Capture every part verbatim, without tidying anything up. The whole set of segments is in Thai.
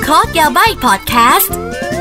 คอร์สยาใบพอดแคสต์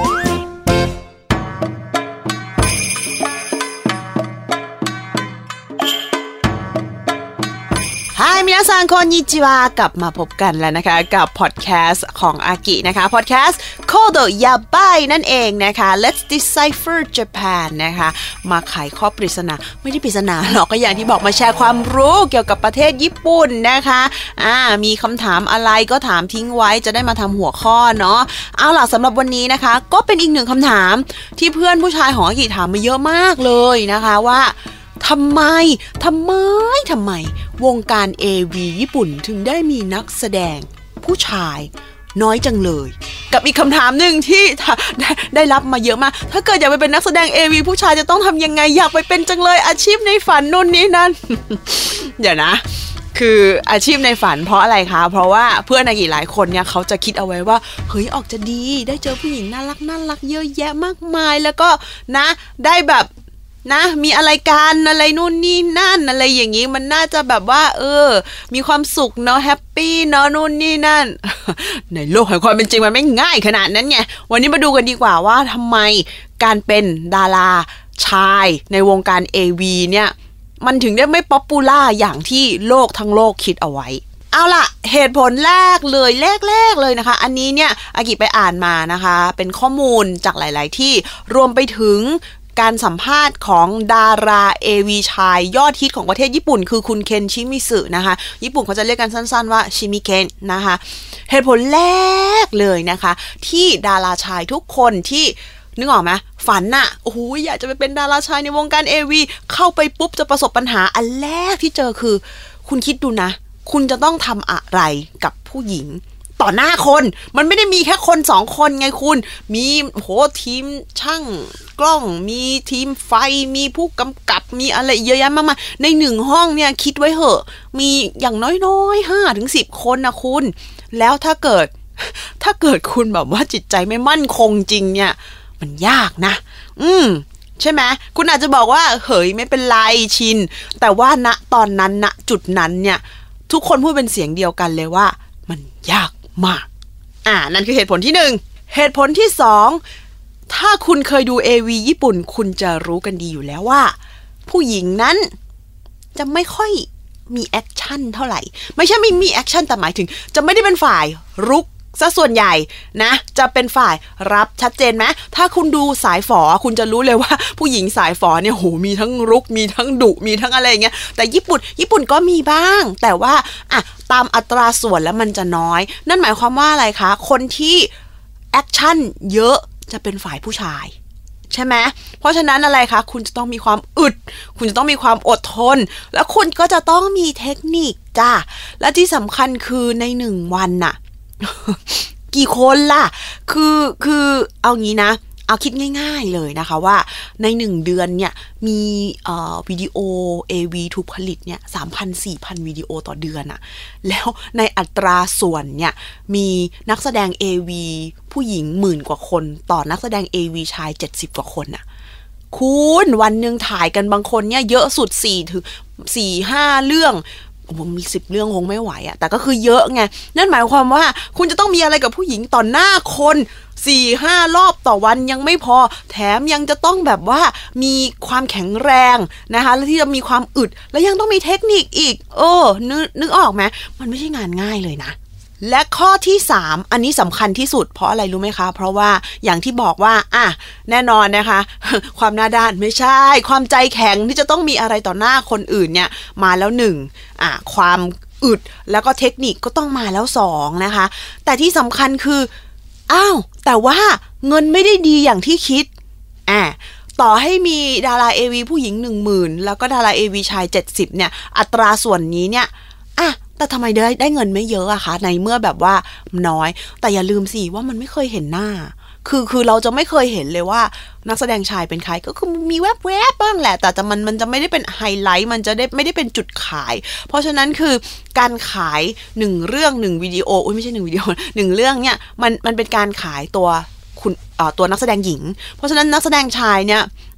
Hi 皆さんこんにちはกลับมาพบกันแล้วนะคะกับพอดแคสต์ของอากินะคะพอดแคสต์ Code Yabai นั่นเองนะคะ Let's Decipher Japan นะคะมาไขข้อปริศนาไม่ได้ปริศนาหรอกก็อย่างที่บอกมาแชร์ความรู้เกี่ยวกับประเทศญี่ปุ่นนะคะอ่ามีคำถามอะไรก็ถามทิ้งไว้จะได้มาทำหัวข้อเนาะเอาล่ะสำหรับวันนี้นะคะก็เป็นอีกหนึ่งคำถามที่เพื่อนผู้ชายของอากิถามมาเยอะมากเลยนะคะว่าทำไมทำไมทำไมวงการ เอ วี ญี่ปุ่นถึงได้มีนักแสดงผู้ชายน้อยจังเลยกับอีกคำถามหนึ่งที่ได้ได้รับมาเยอะมากถ้าเกิดอยากไปเป็นนักแสดง เอ วี ผู้ชายจะต้องทำยังไงอยากไปเป็นจังเลยอาชีพในฝันนู่นนี่นั่น เดี๋ยวนะคืออาชีพในฝันเพราะอะไรคะเพราะว่าเพื่อนอากิหลายคนเนี่ยเขาจะคิดเอาไว้ว่าเฮ้ยออกจะดีได้เจอผู้หญิงน่ารักน่ารักเยอะแยะมากมายแล้วก็นะได้แบบนะมีอะไรกันอะไรนู่นนี่นั่นอะไรอย่างงี้มันน่าจะแบบว่าเออมีความสุขเนาะแฮปปี้เนาะนู่นนี่นั่น ในโลกแห่งความเป็นจริงมันไม่ง่ายขนาดนั้นไงวันนี้มาดูกันดีกว่าว่าทำไมการเป็นดาราชายในวงการ เอ วี เนี่ยมันถึงได้ไม่ป๊อปปูล่าอย่างที่โลกทั้งโลกคิดเอาไว้เอาล่ะเหตุผลแรกเลยแรกๆเลยนะคะอันนี้เนี่ยอากิไปอ่านมานะคะเป็นข้อมูลจากหลายๆที่รวมไปถึงการสัมภาษณ์ของดารา เอ วี ชายยอดฮิตของประเทศญี่ปุ่นคือคุณเคนชิมิสึนะคะญี่ปุ่นเขาจะเรียกกันสั้นๆว่าชิมิเคนนะคะเหตุผลแรกเลยนะคะที่ดาราชายทุกคนที่นึกออกไหมฝันน่ะโอ้โหอยากจะไปเป็นดาราชายในวงการ เอ วี เข้าไปปุ๊บจะประสบปัญหาอันแรกที่เจอคือคุณคิดดูนะคุณจะต้องทำอะไรกับผู้หญิงต่อหน้าคนมันไม่ได้มีแค่คนสองคนไงคุณมีโหทีมช่างกล้องมีทีมไฟมีผู้กำกับมีอะไรเยอะแยะมากมายในหนึ่งห้องเนี่ยคิดไว้เหอะมีอย่างน้อยๆห้าถึงสิบคนนะคุณแล้วถ้าเกิดถ้าเกิดคุณแบบว่าจิตใจไม่มั่นคงจริงเนี่ยมันยากนะอืมใช่ไหมคุณอาจจะบอกว่าเฮ้ยไม่เป็นไรชินแต่ว่าณตอนนั้นณจุดนั้นเนี่ยทุกคนพูดเป็นเสียงเดียวกันเลยว่ามันยากมากอ่านั่นคือเหตุผลที่หนึ่งเหตุผลที่สองถ้าคุณเคยดู เอ วี ญี่ปุ่นคุณจะรู้กันดีอยู่แล้วว่าผู้หญิงนั้นจะไม่ค่อยมีแอคชั่นเท่าไหร่ไม่ใช่ไม่มีแอคชั่นแต่หมายถึงจะไม่ได้เป็นฝ่ายรุกซะส่วนใหญ่นะจะเป็นฝ่ายรับชัดเจนไหมถ้าคุณดูสายฝอคุณจะรู้เลยว่าผู้หญิงสายฝอเนี่ยโหมีทั้งรุกมีทั้งดุมีทั้งอะไรอย่างเงี้ยแต่ญี่ปุ่นญี่ปุ่นก็มีบ้างแต่ว่าอ่ะตามอัตราส่วนแล้วมันจะน้อยนั่นหมายความว่าอะไรคะคนที่แอคชั่นเยอะจะเป็นฝ่ายผู้ชายใช่ไหมเพราะฉะนั้นอะไรคะคุณจะต้องมีความอึดคุณจะต้องมีความอดทนแล้วคุณก็จะต้องมีเทคนิคจ้ะและที่สำคัญคือในหนึ่งวันน่ะ กี่คนล่ะคือคือเอางี้นะเอาคิดง่ายๆเลยนะคะว่าในหนึ่งเดือนเนี่ยมีเอ่อวิดีโอ เอ วี ถูกผลิตเนี่ย สามพัน สี่พัน วิดีโอต่อเดือนอะแล้วในอัตราส่วนเนี่ยมีนักแสดง เอ วี ผู้หญิงหมื่นกว่าคนต่อนักแสดง เอ วี ชายเจ็ดสิบกว่าคนอะคุณวันนึงถ่ายกันบางคนเนี่ยเยอะสุดสี่ถึงสี่ ห้าเรื่องผมมีสิบเรื่องคงไม่ไหวอะแต่ก็คือเยอะไงนั่นหมายความว่าคุณจะต้องมีอะไรกับผู้หญิงต่อหน้าคน สี่ห้ารอบต่อวันยังไม่พอแถมยังจะต้องแบบว่ามีความแข็งแรงนะคะและที่จะมีความอึดแล้วยังต้องมีเทคนิคอีกเออนึกนึกออกไหมมันไม่ใช่งานง่ายเลยนะและข้อที่สามอันนี้สำคัญที่สุดเพราะอะไรรู้ไหมคะเพราะว่าอย่างที่บอกว่าอ่ะแน่นอนนะคะความหน้าด้านไม่ใช่ความใจแข็งที่จะต้องมีอะไรต่อหน้าคนอื่นเนี่ยมาแล้วหนึ่งอ่ะความอึดแล้วก็เทคนิคก็ต้องมาแล้วสองนะคะแต่ที่สำคัญคืออ้าวแต่ว่าเงินไม่ได้ดีอย่างที่คิดอ่ะต่อให้มีดารา เอ วี ผู้หญิง หนึ่งหมื่น แล้วก็ดารา เอ วี ชายเจ็ดสิบเนี่ยอัตราส่วนนี้เนี่ยอ่ะแต่ทำไมได้ได้เงินไม่เยอะอะคะในเมื่อแบบว่าน้อยแต่อย่าลืมสิว่ามันไม่เคยเห็นหน้าคือคือเราจะไม่เคยเห็นเลยว่านักแสดงชายเป็นใครก็คือมีแวบๆบ้างแหละแต่จะมันมันจะไม่ได้เป็นไฮไลท์มันจะได้ไม่ได้เป็นจุดขายเพราะฉะนั้นคือการขายหนึ่งเรื่องหนึ่งวิดีโออุ้ยไม่ใช่หนึ่งวิดีโอหนึ่งเรื่องเนี่ยมันมันเป็นการขายตัวคุณเอ่อตัวนักแสดงหญิงเพราะฉะนั้นนักแสดงชายเนี่ย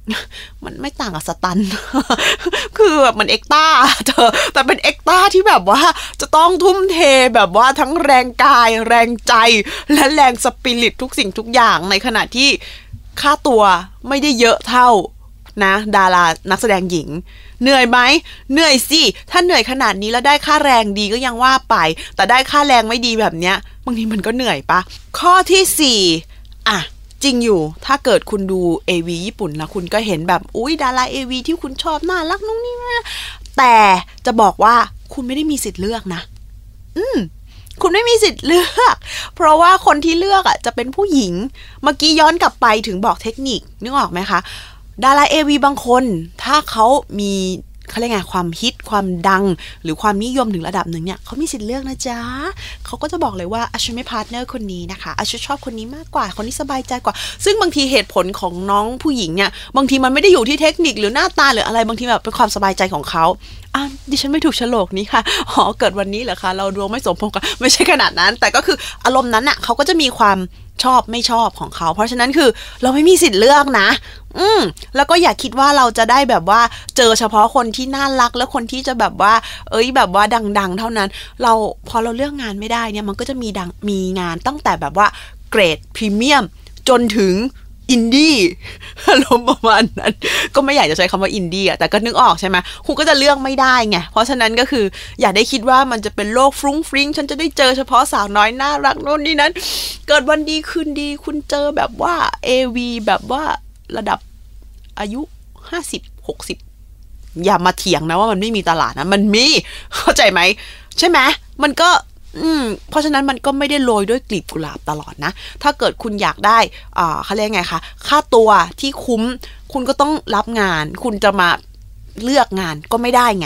มันไม่ต่างกับสตัน คือแบบมันเอ็กต้าเธอแต่เป็นเอ็กต้าที่แบบว่าจะต้องทุ่มเทแบบว่าทั้งแรงกายแรงใจและแรงสปิริตทุกสิ่งทุกอย่างในขณะที่ค่าตัวไม่ได้เยอะเท่านะดารานักแสดงหญิงเหนื่อยไหมเหนื่อยสิถ้าเหนื่อยขนาดนี้แล้วได้ค่าแรงดีก็ยังว่าไปแต่ได้ค่าแรงไม่ดีแบบเนี้ยบางทีมันก็เหนื่อยปะข้อที่สี่อ่ะจริงอยู่ถ้าเกิดคุณดู เอ วี ญี่ปุ่นแล้วคุณก็เห็นแบบอุ๊ยดารา เอ วี ที่คุณชอบน่ารักนู่นนี่นะแต่จะบอกว่าคุณไม่ได้มีสิทธิ์เลือกนะอืมคุณไม่มีสิทธิ์เลือกเพราะว่าคนที่เลือกอ่ะจะเป็นผู้หญิงเมื่อกี้ย้อนกลับไปถึงบอกเทคนิคนึกออกไหมคะดารา เอ วี บางคนถ้าเขามีเขาเรียกไงความฮิตความดังหรือความนิยมถึงระดับหนึ่งเนี่ยเขามีสิทธิ์เลือกนะจ๊ะเขาก็จะบอกเลยว่าอาชูไม่พาร์ทเนอร์คนนี้นะคะอาชูชอบคนนี้มากกว่าคนนี้สบายใจกว่าซึ่งบางทีเหตุผลของน้องผู้หญิงเนี่ยบางทีมันไม่ได้อยู่ที่เทคนิคหรือหน้าตาหรืออะไรบางทีแบบเป็นความสบายใจของเขาอ่ะดิฉันไม่ถูกโฉลกนี้ค่ะอ๋อเกิดวันนี้เหรอคะเราดวงไม่สมพงษ์กันไม่ใช่ขนาดนั้นแต่ก็คืออารมณ์นั้นน่ะเขาก็จะมีความชอบไม่ชอบของเขาเพราะฉะนั้นคือเราไม่มีสิทธิ์เลือกนะอืมแล้วก็อย่าคิดว่าเราจะได้แบบว่าเจอเฉพาะคนที่น่ารักแล้วคนที่จะแบบว่าเอ้ยแบบว่าดังๆเท่านั้นเราพอเราเลือกงานไม่ได้เนี่ยมันก็จะมีดังมีงานตั้งแต่แบบว่าเกรดพรีเมียมจนถึงอินดี้อารมณ์ประมาณนั้นก็ไม่อยากจะใช้คำว่าอินดี้อ่ะแต่ก็นึกออกใช่ไหมคุณก็จะเลือกไม่ได้ไงเพราะฉะนั้นก็คืออย่าได้คิดว่ามันจะเป็นโลกฟรุ้งฟริ้งฉันจะได้เจอเฉพาะสาวน้อยน่ารักโน่นนี่นั้นเกิดวันดีคืนดีคุณเจอแบบว่า เอ วี แบบว่าระดับอายุห้าสิบ หกสิบอย่ามาเถียงนะว่ามันไม่มีตลาดนะมันมีเข้าใจไหมใช่ไหมมันก็อืมเพราะฉะนั้นมันก็ไม่ได้โรยด้วยกลีบกุหลาบตลอดนะถ้าเกิดคุณอยากได้อ่าเขาเรียกไงคะค่าตัวที่คุ้มคุณก็ต้องรับงานคุณจะมาเลือกงานก็ไม่ได้ไง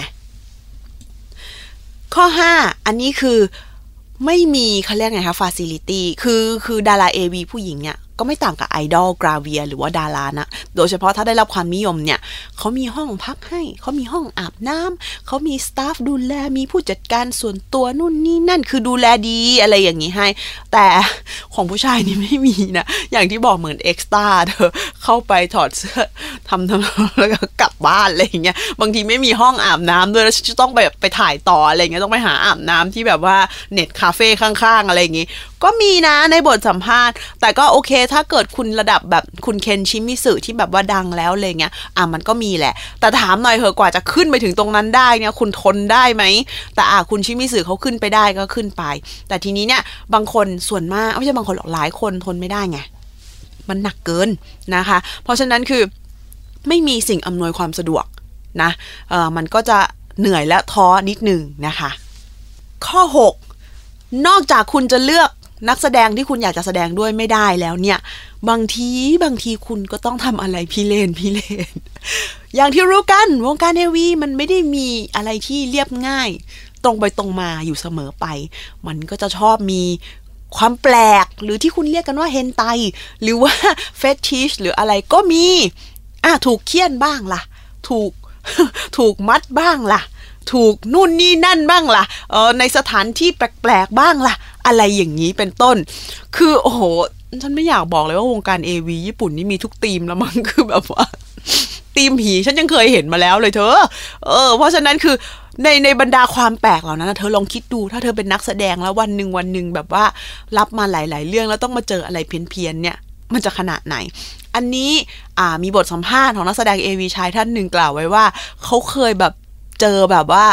ข้อห้าอันนี้คือไม่มีเขาเรียกไงคะ facility คือคือดารา เอ วี ผู้หญิงเนี่ยก็ไม่ต่างกับไอดอลกราเวียหรือว่าดารานะโดยเฉพาะถ้าได้รับความนิยมเนี่ยเขามีห้องพักให้เขามีห้องอาบน้ำเขามีสตาฟดูแลมีผู้จัดการส่วนตัวนู่นนี่นั่นคือดูแลดีอะไรอย่างนี้ให้แต่ของผู้ชายนี่ไม่มีนะอย่างที่บอกเหมือนเอ็กซ์ตร้าเธอเข้าไปถอดเสื้อทำทำแล้วก็กลับบ้านอะไรอย่างเงี้ยบางทีไม่มีห้องอาบน้ำด้วยแล้วจะต้องไปไปถ่ายต่ออะไรเงี้ยต้องไปหาอาบน้ำที่แบบว่าเน็ตคาเฟ่ข้างๆอะไรอย่างงี้ก็มีนะในบทสัมภาษณ์แต่ก็โอเคถ้าเกิดคุณระดับแบบคุณเคนชิมิสึที่แบบว่าดังแล้วอะไรเงี้ยอ่ะมันก็มีแหละแต่ถามหน่อยเหอะกว่าจะขึ้นไปถึงตรงนั้นได้เนี่ยคุณทนได้ไหมแต่อ่ะคุณชิมิสึเขาขึ้นไปได้ก็ขึ้นไปแต่ทีนี้เนี่ยบางคนส่วนมากไม่ใช่บางคนหรอกหลายคนทนไม่ได้ไงมันหนักเกินนะคะเพราะฉะนั้นคือไม่มีสิ่งอำนวยความสะดวกนะเออมันก็จะเหนื่อยและท้อนิดนึงนะคะข้อหกนอกจากคุณจะเลือกนักแสดงที่คุณอยากจะแสดงด้วยไม่ได้แล้วเนี่ยบางทีบางทีคุณก็ต้องทำอะไรพี่เลนพี่เลนอย่างที่รู้กันวงการ เอ วี มันไม่ได้มีอะไรที่เรียบง่ายตรงไปตรงมาอยู่เสมอไปมันก็จะชอบมีความแปลกหรือที่คุณเรียกกันว่าเฮนไตหรือว่าเฟติชหรืออะไรก็มีอ่ะถูกเคี่ยนบ้างล่ะถูกถูกมัดบ้างล่ะถูกนู่นนี่นั่นบ้างล่ะเออในสถานที่แปลกๆบ้างล่ะอะไรอย่างนี้เป็นต้นคือโอ้โหฉันไม่อยากบอกเลยว่าวงการ เอ วี ญี่ปุ่นนี่มีทุกธีมแล้วมั้งคือแบบว่าธีมผีฉันยังเคยเห็นมาแล้วเลยเธอเออเพราะฉะนั้นคือในในบรรดาความแปลกเหล่านั้นเธอลองคิดดูถ้าเธอเป็นนักแสดงแล้ววันหนึ่งวันหนึ่งแบบว่ารับมาหลายๆเรื่องแล้วต้องมาเจออะไรเพี้ยนๆเนี่ยมันจะขนาดไหนอันนี้อ่ามีบทสัมภาษณ์ของนักแสดง เอ วี ชายท่านหนึ่งกล่าวไว้ว่าเขาเคยแบบเจอแบบว่า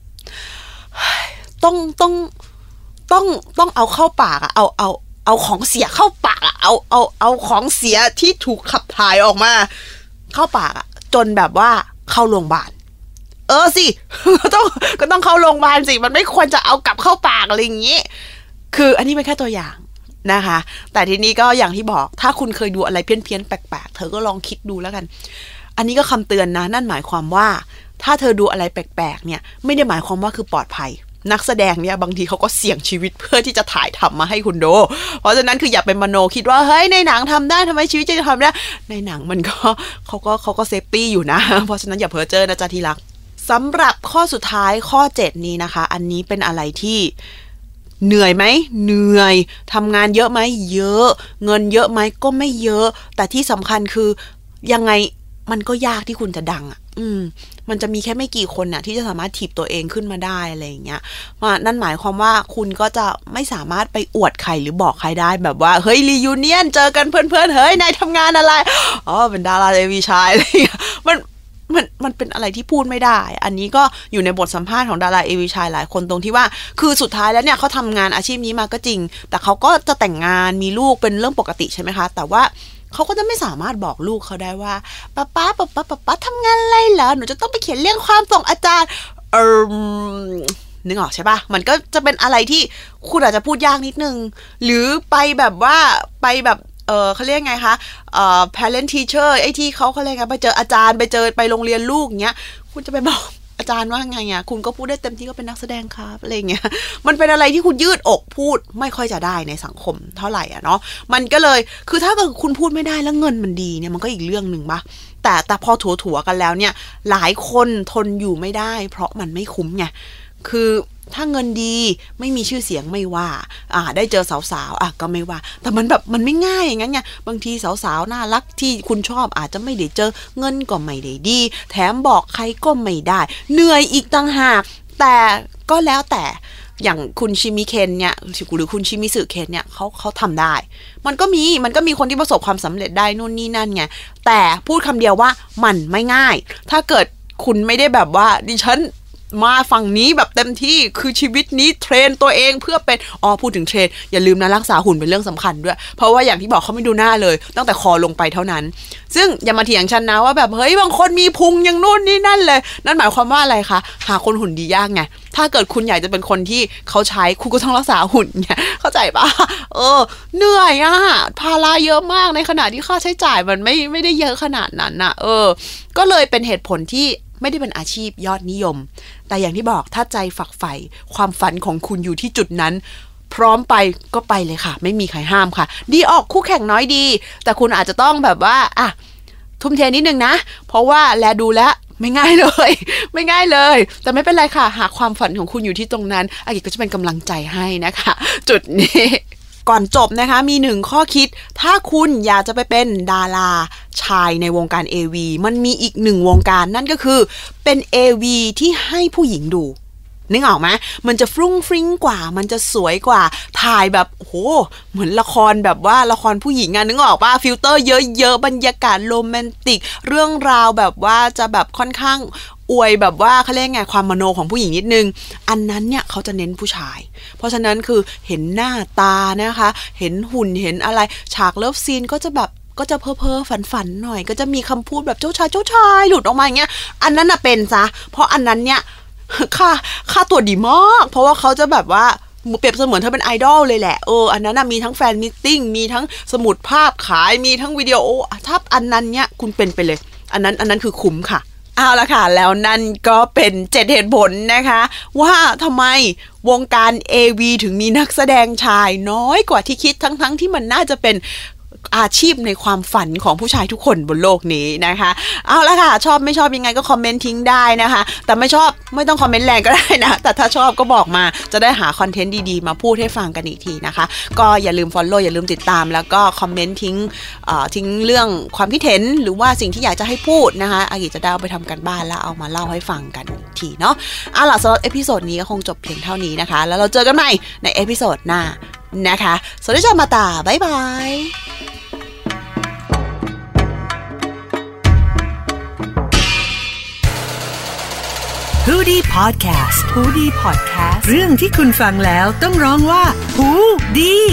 ต้องต้องต้องต้องเอาเข้าปากอะเอาเอาเอาของเสียเข้าปากอะเอาเอาเอาของเสียที่ถูกขับถ่ายออกมาเข้าปากอะจนแบบว่าเข้าโรงพยาบาลเออสิก็ต้องก็ต้องเข้าโรงพยาบาลสิมันไม่ควรจะเอากลับเข้าปากอะไรอย่างงี้คืออันนี้เป็นแค่ตัวอย่างนะคะแต่ทีนี้ก็อย่างที่บอกถ้าคุณเคยดูอะไรเพี้ยนๆแปลกๆเธอก็ลองคิดดูแล้วกันอันนี้ก็คำเตือนนะนั่นหมายความว่าถ้าเธอดูอะไรแปลกๆเนี่ยไม่ได้หมายความว่าคือปลอดภัยนักแสดงเนี่ยบางทีเขาก็เสี่ยงชีวิตเพื่อที่จะถ่ายทำมาให้คุณดูเพราะฉะนั้นคืออย่าไปมโนคิดว่าเฮ้ยในหนังทำได้ทำไมชีวิตจะทำได้ในหนังมันก็เขาก็เขาก็เซฟตี้อยู่นะเพราะฉะนั้นอย่าเพ้อเจ้อนะจ๊ะที่รักสำหรับข้อสุดท้ายข้อเจ็ดนี้นะคะอันนี้เป็นอะไรที่เหนื่อยไหมเหนื่อยทำงานเยอะไหมเยอะเงินเยอะไหมก็ไม่เยอะแต่ที่สำคัญคือยังไงมันก็ยากที่คุณจะดังอ่ะอืมมันจะมีแค่ไม่กี่คนน่ะที่จะสามารถถีบตัวเองขึ้นมาได้อะไรอย่างเงี้ยว่านั่นหมายความว่าคุณก็จะไม่สามารถไปอวดใครหรือบอกใครได้แบบว่าเฮ้ยรียูเนียนเจอกันเพื่อนๆเฮ้ยนายทำงานอะไรอ๋อเป็นดาราเอวีชายอะไรอย่างเงี้ยมันมันมันเป็นอะไรที่พูดไม่ได้อันนี้ก็อยู่ในบทสัมภาษณ์ของดาราเอวีชายหลายคนตรงที่ว่าคือสุดท้ายแล้วเนี่ยเขาทำงานอาชีพนี้มาก็จริงแต่เขาก็จะแต่งงานมีลูกเป็นเรื่องปกติใช่ไหมคะแต่ว่าเขาก็จะไม่สามารถบอกลูกเขาได้ว่าป๊าป๊าป๊าป๊าป๊าป๊าทำงานอะไรเหรอหนูจะต้องไปเขียนเรื่องความส่งอาจารย์เออนึกออกใช่ปะมันก็จะเป็นอะไรที่คุณอาจจะพูดยากนิดนึงหรือไปแบบว่าไปแบบเออเขาเรียกไงคะเอ่อ parent teacher ไอ้ที่เขาเขาเรียกไงไปเจออาจารย์ไปเจอไปโรงเรียนลูกเงี้ยคุณจะไปบอกอาจารย์ว่าไงอ่ะคุณก็พูดได้เต็มที่ก็เป็นนักแสดงครับอะไรเงี้ยมันเป็นอะไรที่คุณยืดอกพูดไม่ค่อยจะได้ในสังคมเท่าไหร่อ่ะเนาะมันก็เลยคือถ้าเกิดคุณพูดไม่ได้แล้วเงินมันดีเนี่ยมันก็อีกเรื่องนึงปะแต่แต่พอถัวๆกันแล้วเนี่ยหลายคนทนอยู่ไม่ได้เพราะมันไม่คุ้มไงคือถ้าเงินดีไม่มีชื่อเสียงไม่ว่าอ่าได้เจอสาวๆอ่ะก็ไม่ว่าแต่มันแบบมันไม่ง่ายอย่างงั้นไงบางทีสาวๆน่ารักที่คุณชอบอาจจะไม่ได้เจอเงินก็ไม่ได้ดีแถมบอกใครก็ไม่ได้เหนื่อยอีกต่างหากแต่ก็แล้วแต่อย่างคุณชิมิเคนเนี่ยหรือคุณชิมิสึเคนเนี่ยเขาเขาทำได้มันก็มีมันก็มีคนที่ประสบความสำเร็จได้นู่นนี่นั่นไงแต่พูดคำเดียวว่ามันไม่ง่ายถ้าเกิดคุณไม่ได้แบบว่าดิฉันมาฝั่งนี้แบบเต็มที่คือชีวิตนี้เทรนตัวเองเพื่อเป็นอ๋อพูดถึงเทรนอย่าลืมนะรักษาหุ่นเป็นเรื่องสำคัญด้วยเพราะว่าอย่างที่บอกเขาไม่ดูหน้าเลยตั้งแต่คอลงไปเท่านั้นซึ่งอย่ามาเถียงฉันนะว่าแบบเฮ้ยบางคนมีพุงอย่างนู่นนี่นั่นเลยนั่นหมายความว่าอะไรคะหาคนหุ่นดียากไงถ้าเกิดคุณอยากจะเป็นคนที่เขาใช้คุณก็ต้องรักษาหุ่นไงเข้าใจปะเออเหนื่อยอะภาระเยอะมากในขณะที่ค่าใช้จ่ายมันไม่ไม่ได้เยอะขนาดนั้นน่ะเออก็เลยเป็นเหตุผลที่ไม่ได้เป็นอาชีพยอดนิยมแต่อย่างที่บอกถ้าใจฝักใฝ่ความฝันของคุณอยู่ที่จุดนั้นพร้อมไปก็ไปเลยค่ะไม่มีใครห้ามค่ะดีออกคู่แข่งน้อยดีแต่คุณอาจจะต้องแบบว่าอ่ะทุ่มเทนิดนึงนะเพราะว่าแลดูแล้วไม่ง่ายเลยไม่ง่ายเลยแต่ไม่เป็นไรค่ะหากความฝันของคุณอยู่ที่ตรงนั้นอากิก็จะเป็นกำลังใจให้นะคะจุดนี้ก่อนจบนะคะมีหนึ่งข้อคิดถ้าคุณอยากจะไปเป็นดาราชายในวงการ เอ วี มันมีอีกหนึ่งวงการนั่นก็คือเป็น เอ วี ที่ให้ผู้หญิงดูนึกออกไหมมันจะฟรุ้งฟริ้งกว่ามันจะสวยกว่าถ่ายแบบโหเหมือนละครแบบว่าละครผู้หญิงอะนึกออกป่ะฟิลเตอร์เยอะๆบรรยากาศโรแมนติกเรื่องราวแบบว่าจะแบบค่อนข้างอวยแบบว่าเขาเรียกไงความมโนของผู้หญิงนิดนึงอันนั้นเนี่ยเขาจะเน้นผู้ชายเพราะฉะนั้นคือเห็นหน้าตานะคะเห็นหุ่นเห็นอะไรฉากเลิฟซีนก็จะแบบก็จะเพ้อเพ้อฝันฝันหน่อยก็จะมีคำพูดแบบเจ้าชายเจ้าชายหลุดออกมาอย่างเงี้ยอันนั้นน่ะเป็นซะเพราะอันนั้นเนี่ยค่าค่าตัวดีมากเพราะว่าเขาจะแบบว่าเปรียบเสมือนเธอเป็นไอดอลเลยแหละเอออันนั้นน่ะมีทั้งแฟนมิทติ้งมีทั้งสมุดภาพขายมีทั้งวิดีโอถ้าอันนั้นเนี่ยคุณเป็นไปเลยอันนั้นอันนั้นคือคุ้มค่ะเอาละค่ะแล้วนั่นก็เป็นเจ็ดเหตุผลนะคะว่าทำไมวงการ เอ วี ถึงมีนักแสดงชายน้อยกว่าที่คิดทั้งๆที่มันน่าจะเป็นอาชีพในความฝันของผู้ชายทุกคนบนโลกนี้นะคะเอาละค่ะชอบไม่ชอบยังไงก็คอมเมนต์ทิ้งได้นะคะแต่ไม่ชอบไม่ต้องคอมเมนต์แรงก็ได้นะแต่ถ้าชอบก็บอกมาจะได้หาคอนเทนต์ดีๆมาพูดให้ฟังกันอีกทีนะคะก็อย่าลืม follow อย่าลืมติดตามแล้วก็คอมเมนต์ทิ้งเอ่อทิ้งเรื่องความคิดเห็นหรือว่าสิ่งที่อยากจะให้พูดนะคะอากิจะได้เอาไปทำกันบ้านแล้วเอามาเล่าให้ฟังกันอีกทีเนาะเอาล่ะสำหรับเอพิโซดนี้ก็คงจบเพียงเท่านี้นะคะแล้วเราเจอกันใหม่ในเอพิโซดหน้านะคะสวัสดีจ้ามาตาบ๊ายบายฮูดี้พอดแคสต์ฮูดี้พอดแคสต์เรื่องที่คุณฟังแล้วต้องร้องว่าฮูดี